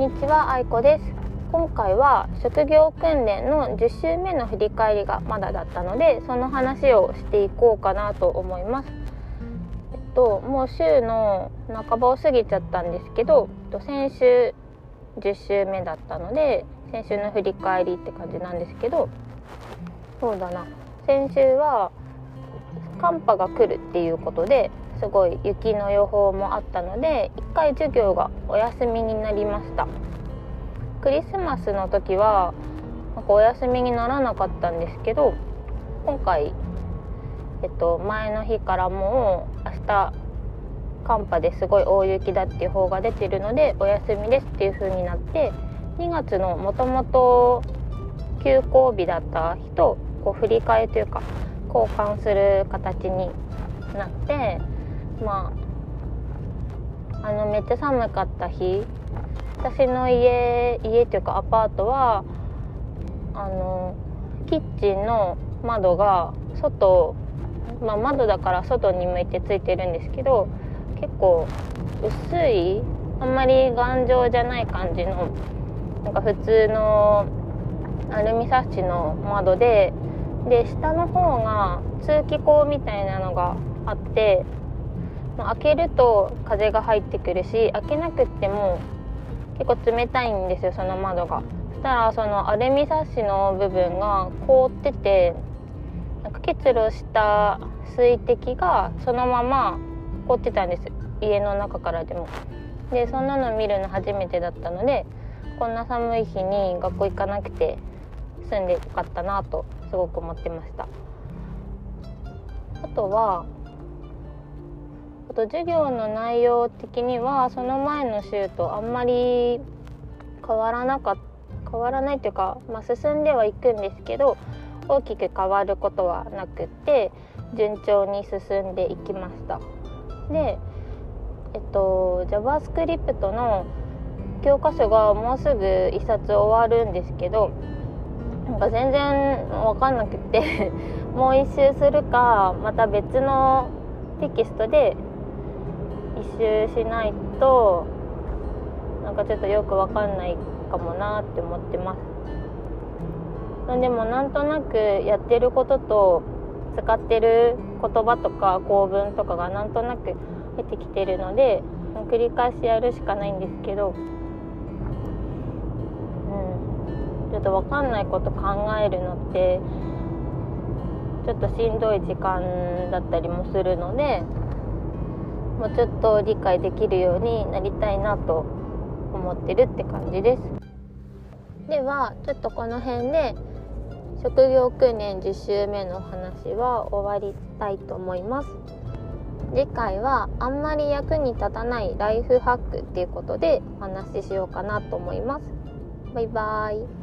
にちは、あいこです。今回は職業訓練の10週目の振り返りがまだだったので、その話をしていこうかなと思います。もう週の半ばを過ぎちゃったんですけど、先週10週目だったので、先週の振り返りって感じなんですけど、そうだな、先週は寒波が来るっていうことですごい雪の予報もあったので、1回授業がお休みになりました。クリスマスの時はなんかお休みにならなかったんですけど、今回前の日からもう明日寒波ですごい大雪だっていう方が出てるのでお休みですっていう風になって、2月のもともと休校日だった日とこう振り替えというか交換する形になって、めっちゃ寒かった日、私の家っていうかアパートはキッチンの窓が窓だから外に向いてついてるんですけど、結構薄い、あんまり頑丈じゃない感じのなんか普通のアルミサッシの窓で、下の方が通気口みたいなのがあって、開けると風が入ってくるし、開けなくっても結構冷たいんですよ、その窓が。そしたらそのアルミサッシの部分が凍ってて、なんか結露した水滴がそのまま凍ってたんです、家の中からでも。でそんなの見るの初めてだったので、こんな寒い日に学校行かなくて済んでよかったなとすごく思ってました。あと授業の内容的にはその前の週とあんまり変わらないというか、進んではいくんですけど大きく変わることはなくって順調に進んでいきました。で、JavaScript の教科書がもうすぐ1冊終わるんですけど、なんか全然分かんなくてもう一周するか、また別のテキストで一周しないとなんかちょっとよく分かんないかもなって思ってます。でもなんとなくやってることと使ってる言葉とか構文とかがなんとなく出てきてるので、繰り返しやるしかないんですけど、ちょっと分かんないこと考えるのってちょっとしんどい時間だったりもするので、もうちょっと理解できるようになりたいなと思ってるって感じです。ではちょっとこの辺で職業訓練10週目の話は終わりたいと思います。次回はあんまり役に立たないライフハックっていうことでお話ししようかなと思います。バイバイ。